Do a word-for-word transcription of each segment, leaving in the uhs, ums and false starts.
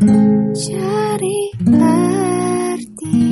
Cari arti.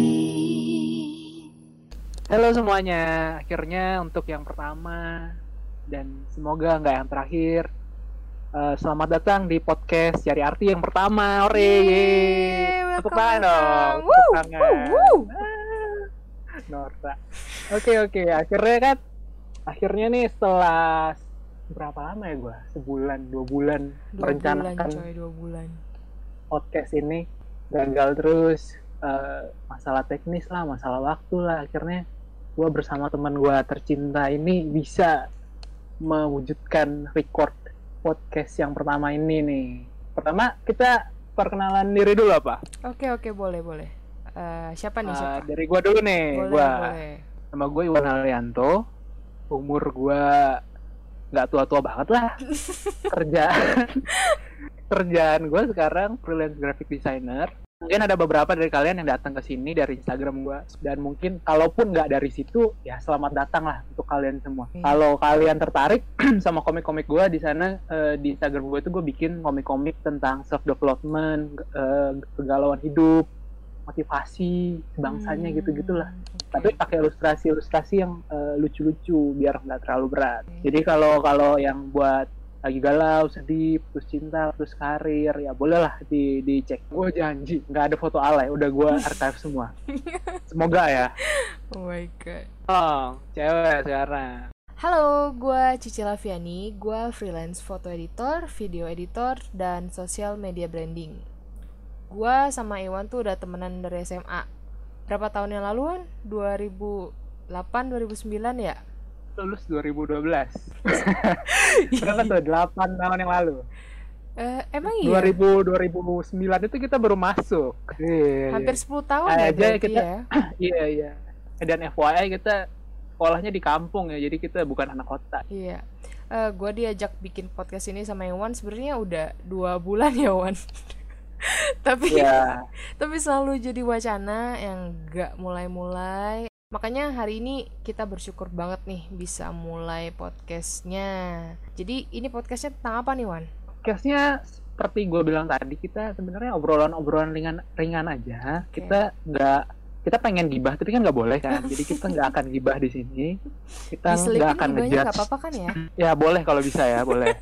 Halo semuanya, akhirnya untuk yang pertama dan semoga nggak yang terakhir. Uh, selamat datang di podcast Cari Arti yang pertama. Ore, Yeay, tepuk welcome, tangan dong, welcome. tepuk Woo, tangan. woo, woo. Ah, Nora. Oke oke, akhirnya kan, akhirnya nih setelah berapa lama ya gue? Sebulan, dua bulan Dua merencanakan bulan coy, dua bulan. podcast ini gagal terus. Uh, masalah teknis lah, masalah waktu lah. Akhirnya gue bersama teman gue tercinta ini bisa mewujudkan record podcast yang pertama ini nih. Pertama kita perkenalan diri dulu apa? Oke oke, boleh boleh. Uh, siapa nih Uh, siapa? dari gue dulu nih. Boleh Gua, boleh. nama gue Iwan Alianto. Umur gue nggak tua-tua banget lah. Kerjaan kerjaan gue sekarang freelance graphic designer. Mungkin ada beberapa dari kalian yang datang ke sini dari Instagram gue, dan mungkin kalaupun nggak dari situ, ya selamat datang lah untuk kalian semua. Okay. Kalau kalian tertarik sama komik-komik gue di sana, uh, di Instagram gue itu gue bikin komik-komik tentang self development, uh, kegalauan hidup, motivasi bangsanya hmm, gitu gitulah. Okay. Tapi pakai ilustrasi-ilustrasi yang uh, lucu-lucu biar nggak terlalu berat. Okay. Jadi kalau kalau yang buat lagi galau, sedih, putus cinta, putus karir, ya bolehlah di dicek. Gue janji nggak ada foto alay, udah gue archive semua. Semoga ya. Oh my god. Oh, cewek sekarang. Halo, gue Cici Laviani. Gue freelance foto editor, video editor, dan social media branding. Gue sama Iwan tuh udah temenan dari S M A. Berapa tahun yang lalu kan? dua ribu delapan, dua ribu sembilan ya? Lulus dua ribu dua belas. Berapa tuh? delapan tahun yang lalu. Uh, emang iya? dua ribu, dua ribu sembilan itu kita baru masuk. Hampir sepuluh tahun ya berarti kita, ya? Iya, iya. Dan F Y I kita sekolahnya di kampung ya, jadi kita bukan anak kota. Iya. Uh, gue diajak bikin podcast ini sama Iwan sebenarnya udah dua bulan ya, Wan. tapi yeah. tapi selalu jadi wacana yang gak mulai-mulai. Makanya hari ini kita bersyukur banget nih bisa mulai podcastnya. Jadi ini podcastnya tentang apa nih, Wan? Podcastnya seperti gue bilang tadi, kita sebenarnya obrolan-obrolan ringan ringan aja. Okay. Kita nggak kita pengen gibah tapi kan nggak boleh kan. Jadi kita nggak akan gibah di sini. Kita nggak akan ngejudge. Nggak apa-apa kan ya? Ya boleh kalau bisa ya, boleh.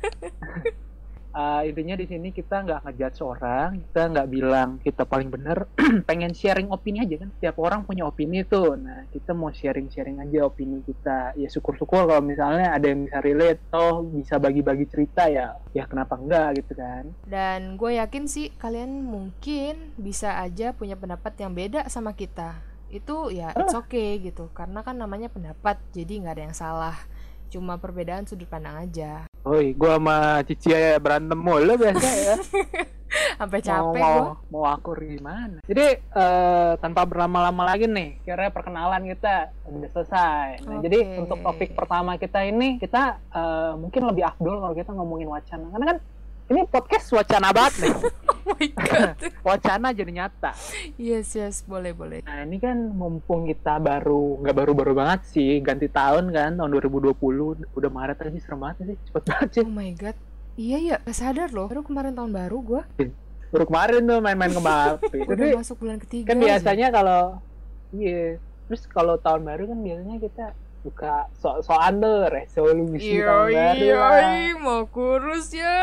Uh, intinya di sini kita nggak ngejudge orang, kita nggak bilang kita paling benar, pengen sharing opini aja kan. Setiap orang punya opini tuh, nah kita mau sharing-sharing aja opini kita. Ya syukur-syukur kalau misalnya ada yang bisa relate, oh bisa bagi-bagi cerita ya, ya kenapa enggak gitu kan. Dan gue yakin sih kalian mungkin bisa aja punya pendapat yang beda sama kita. Itu ya it's okay gitu, karena kan namanya pendapat, jadi nggak ada yang salah. Cuma perbedaan sudut pandang aja. Oi, gue sama Cici ya berantem mulu biasa ya. Sampai capek mau, gue. Mau akur gimana? Jadi uh, tanpa berlama-lama lagi nih, kira perkenalan kita udah selesai. Nah, okay. Jadi untuk topik pertama kita ini, kita uh, mungkin lebih afdol kalau kita ngomongin wacana. Karena kan ini podcast wacana banget nih. Oh my god. Wacana jadi nyata. Yes, yes, boleh, boleh. Nah ini kan mumpung kita baru, nggak baru-baru banget sih, ganti tahun kan, tahun dua ribu dua puluh, udah Maret aja, serem banget sih, cepet banget sih. Oh my god, iya ya, gak sadar loh, baru kemarin tahun baru gue. Baru kemarin tuh main-main kembang api. Udah masuk bulan ketiga. Kan biasanya kalau, iya, terus kalau tahun baru kan biasanya kita buka so-soan tuh, resolusi tahun baru. Iya, mau kurus ya.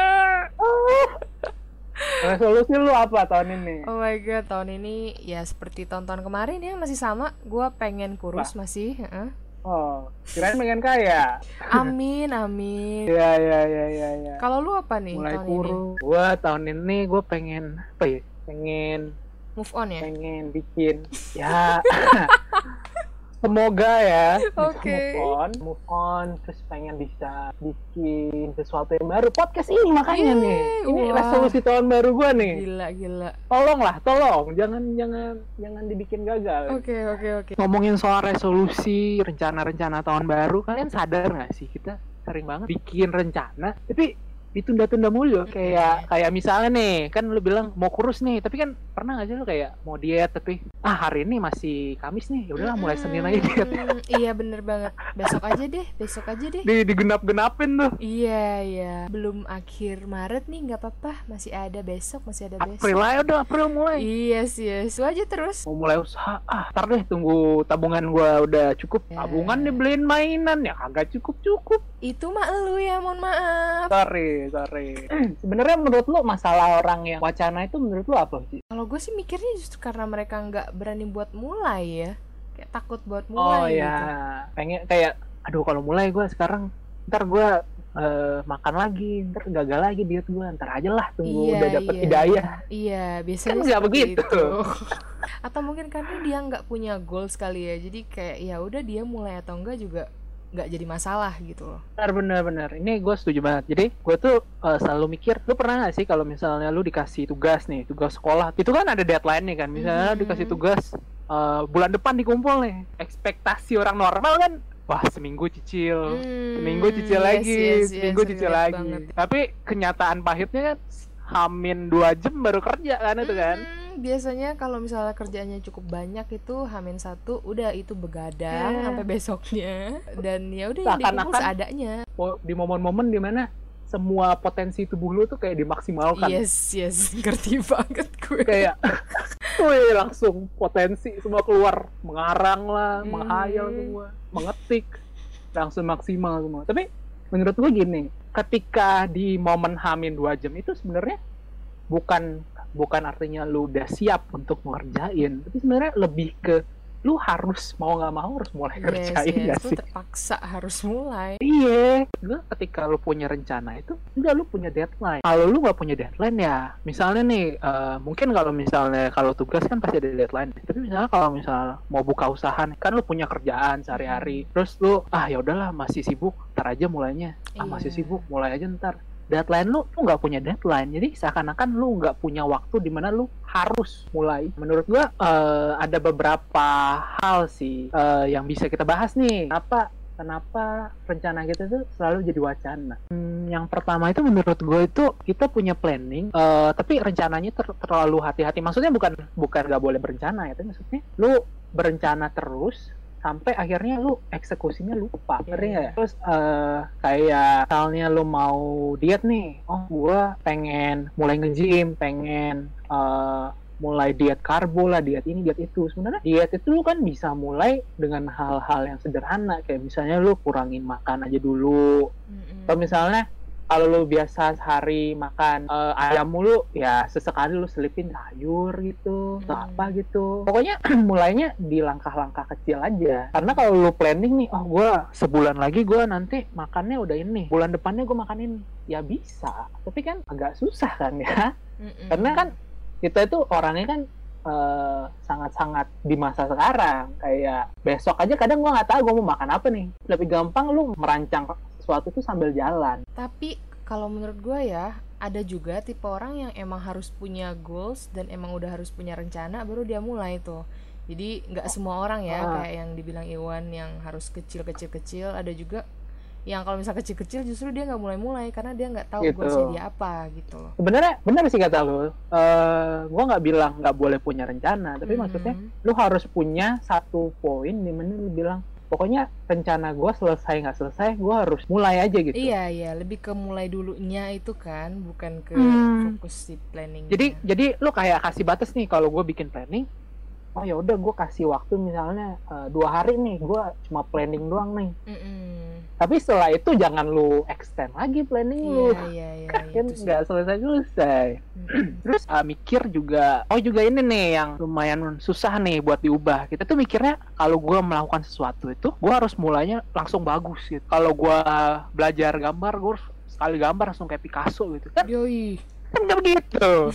Resolusi lu apa tahun ini? Oh my god, tahun ini ya seperti tahun-tahun kemarin ya, masih sama. Gue pengen kurus apa? Masih uh. Oh, kirain pengen kaya. Amin, amin. Iya, iya, iya, iya ya. Kalau lu apa nih? Mulai tahun kurus. ini? Gue tahun ini gue pengen apa ya? Pengen move on ya? Pengen bikin ya. Semoga ya okay. move on, move on, terus pengen bisa bikin sesuatu yang baru. Podcast ini makanya Yeay, nih, ini wah. Resolusi tahun baru gue nih. Gila, gila. Tolonglah, tolong, jangan, jangan, jangan dibikin gagal. Oke, okay, oke, okay, oke. Okay. Ngomongin soal resolusi, rencana-rencana tahun baru, kalian sadar nggak sih kita sering banget bikin rencana, tapi ditunda-tunda mulu. Kayak kayak misalnya nih, kan lu bilang mau kurus nih, tapi kan pernah gak sih lu kayak mau diet tapi ah hari ini masih Kamis nih, ya udahlah mulai Senin aja diet. Iya bener banget, besok aja deh, besok aja deh. Di digenap-genapin tuh. Iya iya, belum akhir Maret nih, nggak apa-apa, masih ada besok, masih ada besok. April aja udah, April mulai. Iya sih, yes, yes. aja terus. Mau mulai usaha, ah ntar deh tunggu tabungan gua udah cukup. Ya. Tabungan dibeliin mainan ya kagak cukup-cukup. Itu mah lu ya, mohon maaf. Sorry, sorry. Sebenarnya menurut lu masalah orang yang wacana itu menurut lu apa sih? Kalau gue sih mikirnya justru karena mereka nggak berani buat mulai ya, kayak takut buat mulai. Oh ya, gitu. pengen kayak, aduh kalau mulai gue sekarang, ntar gue uh, makan lagi, ntar gagal lagi diet gue, ntar aja lah tunggu iya, udah dapet iya. hidayah. Iya, biasanya kan nggak begitu. Itu. Atau mungkin karena dia nggak punya goals kali ya, jadi kayak ya udah dia mulai atau enggak juga nggak jadi masalah gitu loh. Benar benar benar. Ini gue setuju banget. Jadi gue tuh uh, selalu mikir, lu pernah nggak sih kalau misalnya lu dikasih tugas nih, tugas sekolah, itu kan ada deadline nih kan. Misalnya hmm. dikasih tugas uh, bulan depan dikumpul nih. Ekspektasi orang normal kan, wah seminggu cicil, hmm, seminggu cicil yes, lagi, yes, seminggu yes, cicil lagi. Banget. Tapi kenyataan pahitnya kan, hamin dua jam baru kerja kan itu kan. Hmm. Biasanya kalau misalnya kerjaannya cukup banyak itu hamin satu udah itu begadang yeah. sampai besoknya, dan ya udah yang dikumpul seadanya. Di momen-momen dimana semua potensi tubuh lu tuh kayak dimaksimalkan. Yes yes, ngerti banget gue. Kayak, wih langsung potensi semua keluar, mengarang lah, hmm. menghayal semua, mengetik, langsung maksimal semua. Tapi menurut gue gini, ketika di momen hamin dua jam itu sebenarnya bukan bukan artinya lu udah siap untuk mengerjain, tapi sebenarnya lebih ke lu harus mau nggak mau harus mulai yes, kerjain yes, gak sih? Lu terpaksa harus mulai. Iya, lu ketika lu punya rencana itu, enggak lu punya deadline. Kalau lu nggak punya deadline ya, misalnya nih, uh, mungkin kalau misalnya kalau tugas kan pasti ada deadline. Tapi misalnya kalau misalnya mau buka usaha, kan lu punya kerjaan sehari-hari, hmm. terus lu ah ya udahlah masih sibuk, ntar aja mulainya. Ah iya. masih sibuk, mulai aja ntar. Deadline lu tuh nggak punya deadline, jadi seakan-akan lu nggak punya waktu di mana lu harus mulai. Menurut gua uh, ada beberapa hal sih uh, yang bisa kita bahas nih. Kenapa kenapa rencana kita tuh selalu jadi wacana? Hmm, yang pertama itu menurut gua itu kita punya planning, uh, tapi rencananya ter- terlalu hati-hati. Maksudnya bukan bukan nggak boleh berencana ya, tapi maksudnya lu berencana terus sampai akhirnya lu eksekusinya lupa, ngerti nggak ya? Terus uh, kayak misalnya lu mau diet nih, oh gua pengen mulai nge-gym, pengen uh, mulai diet karbo lah, diet ini, diet itu. Sebenarnya diet itu lu kan bisa mulai dengan hal-hal yang sederhana, kayak misalnya lu kurangin makan aja dulu. Mm-hmm. Atau misalnya kalau lu biasa sehari makan uh, ayam mulu, ya sesekali lu selipin sayur gitu, hmm. atau apa gitu. Pokoknya mulainya di langkah-langkah kecil aja. Karena kalau lu planning nih, oh gue sebulan lagi gue nanti makannya udah ini, bulan depannya gue makan ini, ya bisa. Tapi kan agak susah kan ya. Hmm. Karena kan kita itu orangnya kan uh, sangat-sangat di masa sekarang. Kayak besok aja kadang gue nggak tahu gue mau makan apa nih. Lebih gampang lu merancang sesuatu itu sambil jalan. Tapi kalau menurut gue ya, ada juga tipe orang yang emang harus punya goals dan emang udah harus punya rencana baru dia mulai tuh. Jadi nggak semua orang ya ah. kayak yang dibilang Iwan yang harus kecil-kecil-kecil. Ada juga yang kalau misal kecil-kecil justru dia nggak mulai-mulai karena dia nggak tahu gitu. Goalsnya dia apa gitu loh. Sebenarnya benar sih kata lu. Uh, gue nggak bilang nggak boleh punya rencana, tapi mm-hmm. maksudnya lu harus punya satu poin di mana lu bilang pokoknya rencana gue selesai nggak selesai, gue harus mulai aja gitu. Iya iya, lebih ke mulai dulunya itu kan, bukan ke hmm. fokus di planning. Jadi jadi lu kayak kasih batas nih kalau gue bikin planning. Oh ya udah gue kasih waktu misalnya uh, dua hari nih, gue cuma planning doang nih. Mm-mm. Tapi setelah itu jangan lu extend lagi planning iya, lu. Iya iya. Kan nggak selesai selesai. Terus uh, mikir juga, oh juga ini nih yang lumayan susah nih buat diubah. Kita tuh mikirnya kalau gue melakukan sesuatu itu, gue harus mulainya langsung bagus gitu. Kalau gue belajar gambar, gue harus sekali gambar langsung kayak Picasso gitu kan. Yoi. Kan nggak begitu.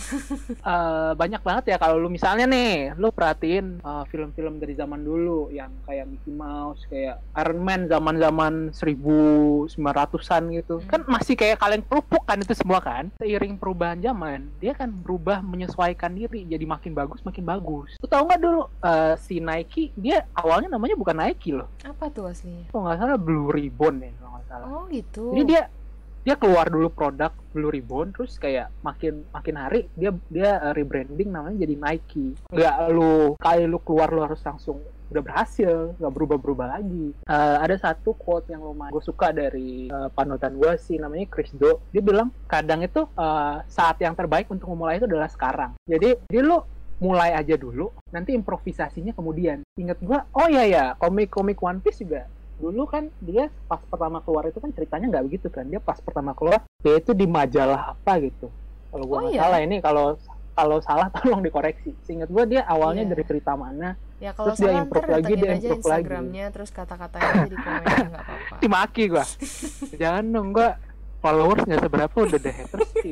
uh, banyak banget ya kalau lu misalnya nih lu perhatiin uh, film-film dari zaman dulu yang kayak Mickey Mouse, kayak Iron Man zaman-zaman seribu sembilan ratusan gitu hmm. kan masih kayak kaleng kerupuk kan itu semua kan. Seiring perubahan zaman dia kan berubah menyesuaikan diri jadi makin bagus makin bagus. Lu tahu nggak dulu uh, si Nike dia awalnya namanya bukan Nike loh. Apa tuh aslinya? Oh nggak salah Blue Ribbon ya kalau nggak salah. Oh gitu. Jadi dia dia keluar dulu produk Blue Ribbon, terus kayak makin makin hari dia dia uh, rebranding namanya jadi Nike. Nggak lu kali lu keluar lu harus langsung udah berhasil, nggak berubah-berubah lagi. Uh, ada satu quote yang lumayan gue suka dari uh, panutan gue sih, namanya Chris Do. Dia bilang kadang itu uh, saat yang terbaik untuk memulai itu adalah sekarang. Jadi dia lu mulai aja dulu, nanti improvisasinya kemudian. Ingat gue, oh iya ya, komik-komik One Piece juga dulu kan dia pas pertama keluar itu kan ceritanya nggak begitu kan. Dia pas pertama keluar dia itu di majalah apa gitu. Kalau gue Oh, nggak iya? salah ini, kalau kalau salah tolong dikoreksi. Seingat gue dia awalnya Iya. dari cerita mana, Ya kalau terus dia salah ntar improve lagi, datengin dia aja improve lagi. Instagramnya, terus kata-katanya jadi komennya nggak apa-apa. Dimaki gue. Jangan dong, gue followers nggak seberapa udah ada haters sih.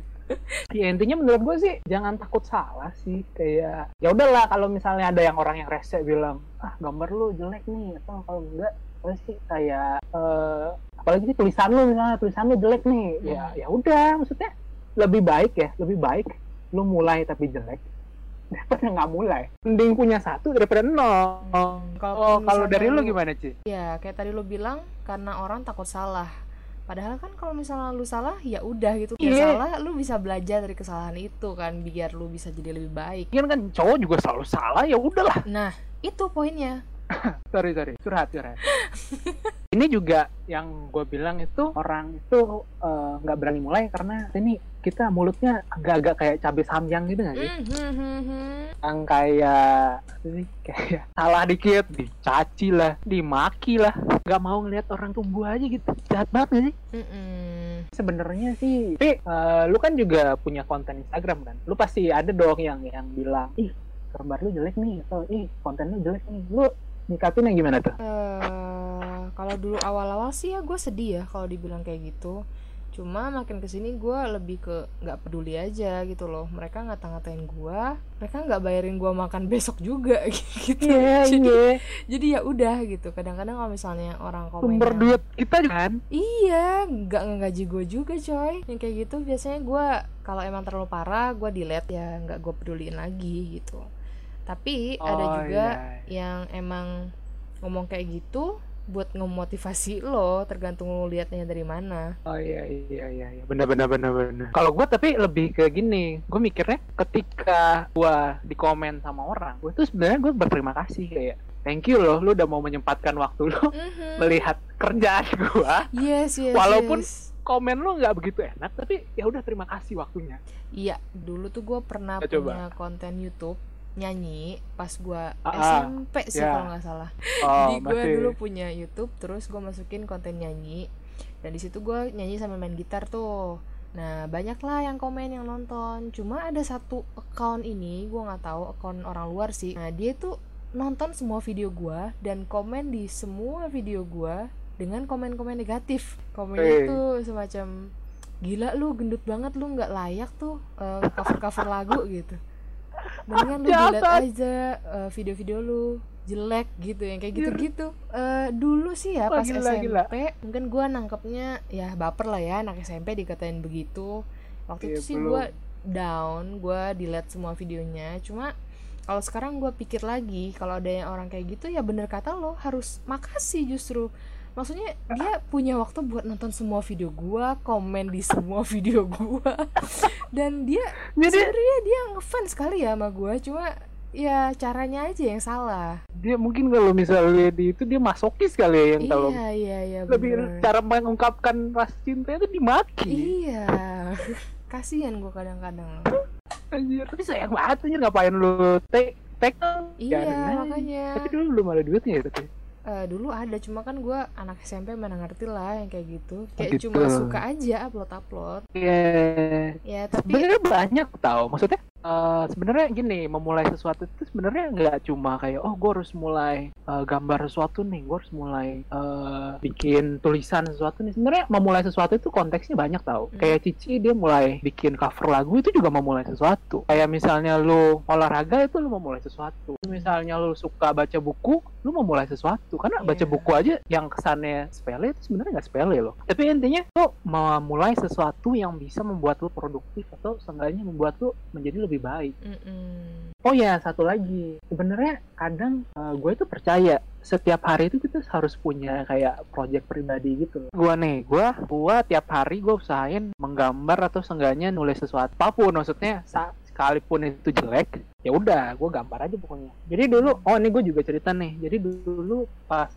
Ya intinya menurut gue sih jangan takut salah sih. Kayak ya udahlah, kalau misalnya ada yang orang yang rese bilang ah gambar lu jelek nih, atau kalau enggak apa sih kayak eh, apalagi sih tulisan lu, misalnya tulisan lu jelek nih, ya Hmm. ya udah, maksudnya lebih baik ya lebih baik lu mulai tapi jelek daripada nggak mulai. Mending punya satu daripada nol. Hmm, Oh, kalaupun kalau misalnya dari lu lu- gimana Ci? Ya kayak tadi lu bilang karena orang takut salah. Padahal kan kalau misalnya lu salah ya udah gitu. Ya Iya. salah, lu bisa belajar dari kesalahan itu kan biar lu bisa jadi lebih baik. Kan kan cowok juga selalu salah, ya udahlah. Nah, itu poinnya. sorry sorry curhat curhat. Ini juga yang gue bilang itu orang itu eh, nggak berani mulai karena ini kita mulutnya agak-agak kayak cabai samyang gitu nggak sih? Hmm, hmm, hmm, hmm. Yang kayak apa sih, kayak salah dikit dicaci lah, dimaki lah, nggak mau ngeliat orang tumbuh aja gitu. Jahat banget gak sih? Mm-mm. Sebenarnya sih, tapi eh, lu kan juga punya konten Instagram kan? Lu pasti ada dong yang yang bilang, ih gambar lu jelek nih, atau ih konten lu jelek nih. Lu nyikapin yang gimana tuh? Eh, kalau dulu awal-awal sih ya gue sedih ya kalau dibilang kayak gitu. Cuma makin kesini gue lebih ke nggak peduli aja gitu loh. Mereka ngata-ngatain gue, mereka nggak bayarin gue makan besok juga gitu. Iya, jadi, iya. jadi ya udah gitu. Kadang-kadang kalau misalnya orang komen Sumber yang- duit kita juga kan? iya, nggak ngegaji gue juga coy. Yang kayak gitu biasanya gue kalau emang terlalu parah gue delete ya, nggak gue peduliin lagi gitu. Tapi ada Oh, juga iya. yang emang ngomong kayak gitu buat ngemotivasi lo, tergantung lo liatnya dari mana. Oh iya iya iya iya, benar benar benar benar. Kalau gue tapi lebih ke gini, gue mikirnya ketika gue di komen sama orang, gue tuh sebenarnya gue berterima kasih, kayak thank you loh, lu udah mau menyempatkan waktu lu Mhm. melihat kerjaan gue. Yes, yes, Walaupun yes. komen lu nggak begitu enak, tapi ya udah terima kasih waktunya. Iya, dulu tuh gue pernah Ya, coba. punya konten YouTube nyanyi pas gue Ah, S M P sih ya. kalau nggak salah. Oh, Di gue masih. dulu punya YouTube, terus gue masukin konten nyanyi, dan di situ gue nyanyi sambil main gitar tuh. Nah banyak lah yang komen yang nonton. Cuma ada satu account ini gue nggak tahu, account orang luar sih. Nah dia tuh nonton semua video gue dan komen di semua video gue dengan komen-komen negatif. Komennya Eh. tuh semacam gila lu gendut banget, lu nggak layak tuh eh, cover-cover lagu gitu. Mendingan lu delete Jahat. aja eh, video-video lu, jelek gitu, yang kayak gitu-gitu. Eh, dulu sih ya Wah, pas gila, S M P gila. mungkin gue nangkepnya ya baper lah ya, anak S M P dikatain begitu. Waktu Iya, itu sih belum. gue down, gue delete semua videonya. Cuma kalau sekarang gue pikir lagi, kalau ada yang orang kayak gitu ya bener kata lo, harus makasih justru. Maksudnya dia punya waktu buat nonton semua video gua, komen di semua video gua, dan dia Jadi sebenarnya dia ngefans sekali ya sama gua, cuma ya caranya aja yang salah. dia mungkin kalau misalnya di itu dia masokis kali ya, yang kalau Iya iya iya lebih bener. cara mengungkapkan rasa cinta itu dimaki. Iya, kasihan gua kadang-kadang. Anjir, tapi sayang banget anjir, ngapain lu take take Iya biarin aja. makanya. Tapi dulu belum ada duitnya ya tapi. Eh, dulu ada, cuma kan gue anak S M P mana ngerti lah yang kayak gitu, kayak gitu. cuma suka aja upload upload. Iya. Ya tapi Sebenarnya banyak tau, maksudnya eh, sebenarnya gini, memulai sesuatu itu sebenarnya nggak cuma kayak oh gue harus mulai eh, gambar sesuatu nih, gue harus mulai eh, bikin tulisan sesuatu nih. Sebenarnya memulai sesuatu itu konteksnya banyak tau. Hmm. Kayak Cici dia mulai bikin cover lagu itu juga memulai sesuatu. Kayak misalnya lu olahraga itu lu memulai sesuatu. Misalnya lu suka baca buku, lu memulai sesuatu. Karena baca Iya. buku aja yang kesannya sepele itu sebenarnya nggak sepele loh. Tapi intinya lu memulai sesuatu yang bisa membuat lu produktif atau seenggaknya membuat lu menjadi lebih baik. mm-mm. Oh ya, satu lagi. Sebenarnya kadang gue itu percaya setiap hari itu kita harus punya kayak project pribadi gitu. Gua nih, gua gua tiap hari gua usahain menggambar atau seenggaknya nulis sesuatu apapun, maksudnya sa- sekalipun itu jelek, ya udah gua gambar aja pokoknya. Jadi dulu, oh ini gue juga cerita nih. Jadi dulu pas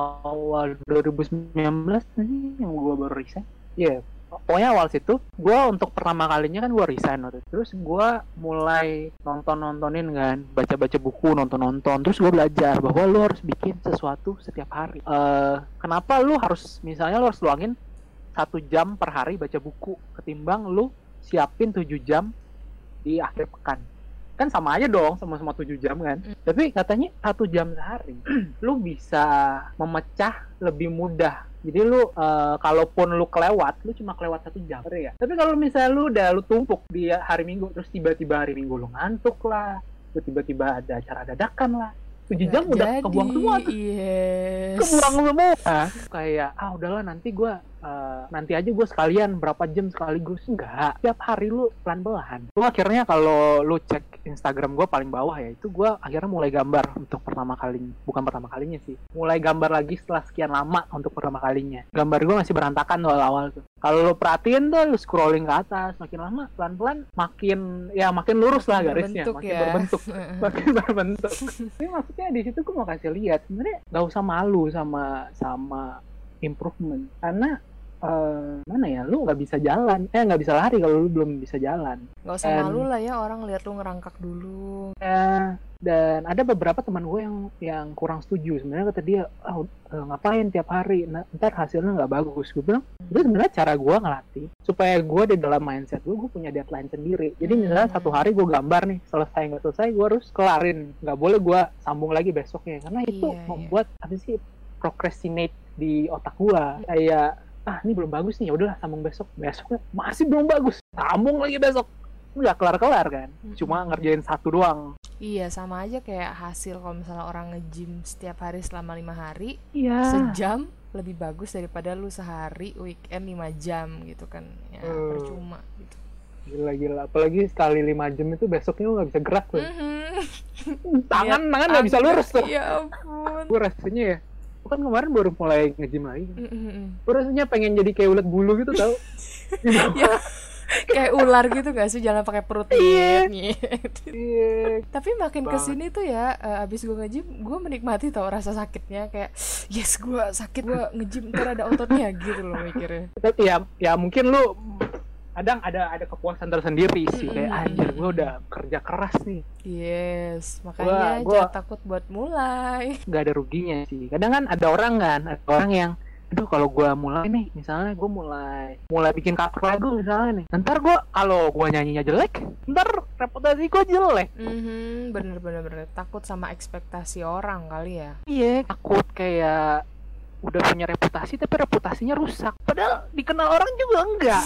awal dua ribu sembilan belas nih yang gua baru resign. Iya, yeah. Pokoknya awal situ, gue untuk pertama kalinya kan gue resign waktu itu. Terus gue mulai nonton-nontonin kan, baca-baca buku, nonton-nonton. Terus gue belajar bahwa lu harus bikin sesuatu setiap hari. Uh, kenapa lu harus, misalnya lu harus luangin satu jam per hari baca buku, ketimbang lu siapin tujuh jam di akhir pekan. Kan sama aja dong, sama-sama tujuh jam kan. Mm. Tapi katanya satu jam sehari, lu bisa memecah lebih mudah. Jadi lu, uh, kalaupun lu kelewat, lu cuma kelewat satu jam, ya. Tapi kalau misalnya lu udah lu tumpuk di hari Minggu, terus tiba-tiba hari Minggu lu ngantuk lah, lu tiba-tiba ada acara dadakan lah, tujuh jam udah kebuang semua tuh. Yes. Kebuang semua. Nah, kayak, ah udahlah nanti gue, uh, nanti aja gue sekalian berapa jam sekaligus. Enggak, tiap hari lu pelan-pelan. Lu akhirnya kalau lu cek Instagram gue paling bawah ya, itu gue akhirnya mulai gambar untuk pertama kalinya. Bukan pertama kalinya sih, mulai gambar lagi setelah sekian lama untuk pertama kalinya. Gambar gue masih berantakan awal-awal tuh. Kalau lu perhatiin tuh, lu scrolling ke atas, makin lama pelan-pelan makin ya makin lurus lah garisnya, makin ya. berbentuk, makin berbentuk. Tapi maksudnya di situ gue mau kasih lihat, sebenarnya nggak usah malu sama sama improvement, karena Uh, mana ya, lu nggak bisa jalan, eh nggak bisa lari kalau lu belum bisa jalan. Nggak usah And, malu lah ya orang lihat lu ngerangkak dulu. Ya, dan ada beberapa teman gue yang yang kurang setuju. Sebenarnya kata dia, oh, ngapain tiap hari, nah, ntar hasilnya nggak bagus. Gue bilang, itu sebenarnya cara gue ngelatih supaya gue di dalam mindset gue, gue punya deadline sendiri. Jadi misalnya hmm. satu hari gue gambar nih, selesai nggak selesai, gue harus kelarin. Nggak boleh gue sambung lagi besoknya, karena itu yeah, membuat yeah. apa sih, procrastinate di otak gue. Kayak ah ini belum bagus nih, ya udahlah sambung besok. Besoknya masih belum bagus, sambung lagi besok. Nggak kelar-kelar kan, hmm. cuma ngerjain satu doang. Iya, sama aja kayak hasil kalau misalnya orang nge-gym setiap hari selama lima hari, iya. sejam lebih bagus daripada lu sehari weekend lima jam gitu kan. Ya hmm. percuma gitu. Gila-gila, apalagi sekali lima jam itu besoknya lu nggak bisa gerak tuh. Mm-hmm. Tangan, ya, tangan nggak bisa lurus tuh. Ya ampun. Gue rasanya ya, kan kemarin baru mulai nge-gym lagi. Mm-hmm. Gue rasanya pengen jadi kayak ulet bulu gitu tau. Ya, kayak ular gitu gak sih, jalan pakai perut Iya. Iya. Tapi makin kesini tuh ya, uh, abis gue nge-gym, gue menikmati tau rasa sakitnya. Kayak yes, gue sakit, gue nge-gym ntar ada ototnya gitu loh mikirnya. Tapi ya, ya mungkin lu kadang ada ada kepuasan tersendiri sih, kayak anjir gue udah kerja keras nih. Yes, makanya gua, gua jangan takut buat mulai. Gak ada ruginya sih. Kadang kan ada orang kan, ada orang yang aduh kalau gue mulai nih, misalnya gue mulai mulai bikin cover lagu misalnya nih, ntar gue kalau gue nyanyinya jelek, ntar reputasi gue jelek. Mm-hmm, bener bener bener takut sama ekspektasi orang kali ya. Iya, takut kayak udah punya reputasi tapi reputasinya rusak, padahal dikenal orang juga enggak.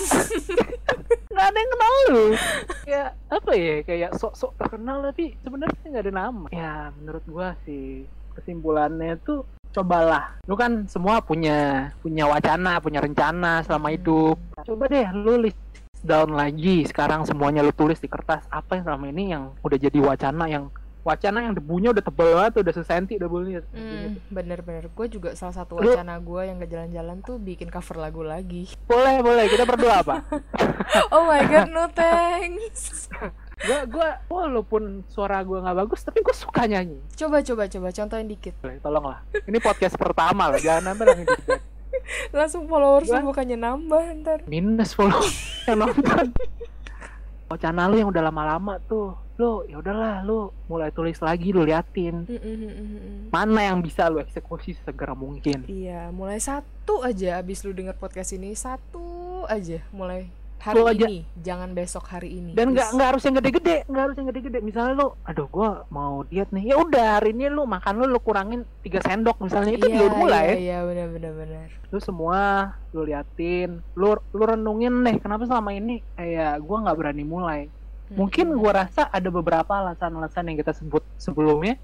Nggak ada yang kenal lu, kayak apa ya, kayak sok-sok terkenal tapi sebenarnya nggak ada nama. Ya menurut gua sih kesimpulannya tuh, cobalah, lu kan semua punya punya wacana, punya rencana selama hidup. Coba deh lu list down lagi sekarang, semuanya lu tulis di kertas, apa yang selama ini yang udah jadi wacana, yang wacana yang debunya udah tebel banget, udah sesenti debunya. Hmm, bener-bener, gue juga salah satu wacana gue yang gak jalan-jalan tuh bikin cover lagu lagi. Boleh, boleh, kita berdua apa? Oh my god, no thanks. Gue, gue, walaupun suara gue nggak bagus, tapi gue suka nyanyi. Coba, coba, coba, contohin dikit. Boleh, tolonglah. Ini podcast pertama lah, jangan nambah lagi dikit. Langsung followers bukannya nambah ntar. Minus followers yang nonton. Wacana lu yang udah lama-lama tuh, lu ya udahlah, lu mulai tulis lagi, lu liatin Mm-mm. mana yang bisa lu eksekusi segera mungkin. Iya, mulai satu aja abis lu denger podcast ini, satu aja mulai hari lu aja. Ini, jangan besok, hari ini. Dan nggak nggak harus yang gede-gede, nggak harus yang gede-gede. Misalnya lu, aduh gue mau diet nih, ya udah hari ini lu makan lu lu kurangin tiga sendok misalnya, itu iya, lu mulai. Iya, iya benar-benar benar. Lu semua lu liatin, lu lu renungin deh, kenapa selama ini kayak gue nggak berani mulai. Mungkin gue rasa ada beberapa alasan-alasan yang kita sebut sebelumnya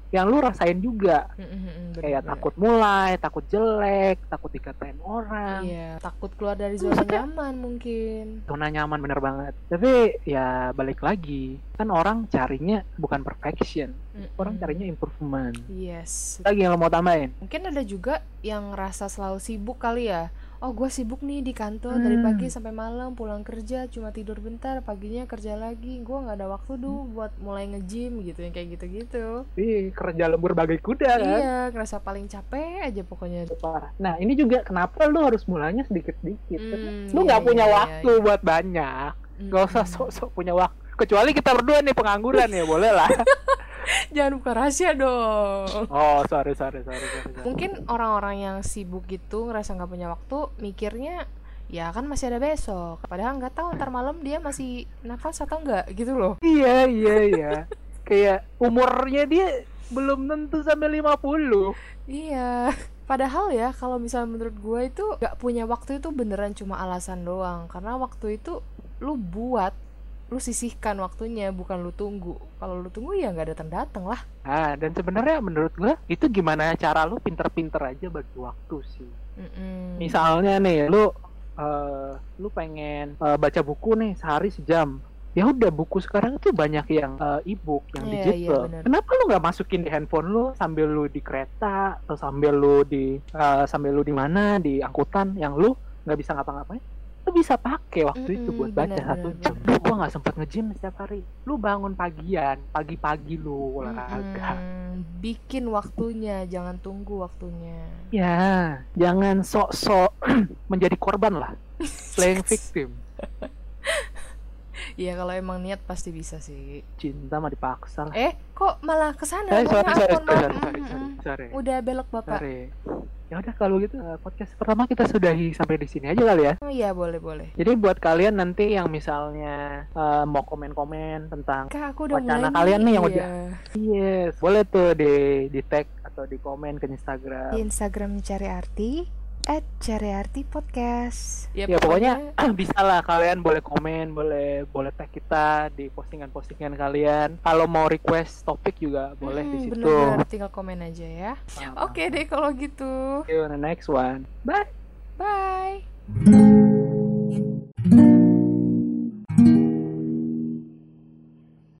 yang lu rasain juga. Mm-mm, Kayak bener-bener. takut mulai, takut jelek, takut dikatain orang. Iya, takut keluar dari zona nyaman mungkin. Zona nyaman bener banget. Tapi ya balik lagi, kan orang carinya bukan perfection, Mm-mm. orang carinya improvement. Yes. Lagi yang lo mau tambahin? Mungkin ada juga yang ngerasa selalu sibuk kali ya. Oh, gue sibuk nih di kantor Hmm. dari pagi sampai malam, pulang kerja cuma tidur bentar, paginya kerja lagi. Gue nggak ada waktu tuh buat mulai nge-gym gitu, yang kayak gitu-gitu. Ih, kerja lembur bagai kuda kan? Iya, ngerasa paling capek aja pokoknya. Parah. Nah, ini juga kenapa lu harus mulainya sedikit-sedikit. Hmm, Lu iya, nggak punya iya, waktu iya. buat banyak. Gak usah Mm-mm. sok-sok punya waktu. Kecuali kita berdua nih pengangguran ya, boleh lah. Jangan buka rahasia dong. Oh, sorry, sorry, sorry, sorry. sorry. Mungkin orang-orang yang sibuk gitu ngerasa nggak punya waktu, mikirnya ya kan masih ada besok. Padahal nggak tahu ntar malam dia masih nafas atau enggak gitu loh. Iya, iya, iya. Kayak umurnya dia belum tentu sampai lima puluh. Iya. Padahal ya kalau misalnya menurut gue itu nggak punya waktu itu beneran cuma alasan doang. Karena waktu itu lu buat, lu sisihkan waktunya, bukan lu tunggu. Kalau lu tunggu ya nggak datang-datang lah. Ah, dan sebenarnya menurut gua itu gimana cara lu pinter-pinter aja bagi waktu sih. Mm-mm. Misalnya nih, lu eh, lu pengen eh, baca buku nih sehari sejam. Ya udah, buku sekarang tuh banyak yang eh, e-book, yang Iya, digital. iya, benar. Kenapa lu nggak masukin di handphone lu sambil lu di kereta atau sambil lu di eh, sambil lu di mana di angkutan yang lu nggak bisa ngapa-ngapain? Lu bisa pakai waktu itu Mm-mm, buat baca benar, satu benar, jam. benar. Duh, gua nggak sempet nge-gym setiap hari. Lu bangun pagian, pagi-pagi lu olahraga. Mm-mm. Bikin waktunya, jangan tunggu waktunya. Ya, jangan sok-sok menjadi korban lah, playing victim. Iya, kalau emang niat pasti bisa sih. Cinta mah dipaksa lah. Eh, kok malah kesana? Eh, Mohon sorry, maaf, sorry, mohon maaf. sorry, sorry, Mm-mm. sorry, sorry. Udah belok bapak. Sorry. Ya udah, kalau gitu eh, podcast pertama kita sudahi sampai di sini aja kali ya. Oh iya, boleh boleh. Jadi buat kalian nanti yang misalnya eh, mau komen-komen tentang Kak, aku udah wacana mulai kalian nih yang Iya. udah, yes, boleh tuh di di tag atau di komen ke Instagram. Di Instagram Cari Arti at Cari Arti Podcast. Ya pokoknya bisa lah, kalian boleh komen, boleh boleh tag kita di postingan-postingan kalian. Kalau mau request topik juga boleh di Hmm, situ. bener-bener, tinggal komen aja ya. Ah, Oke deh kalau gitu. See you on the next one. Bye. Bye.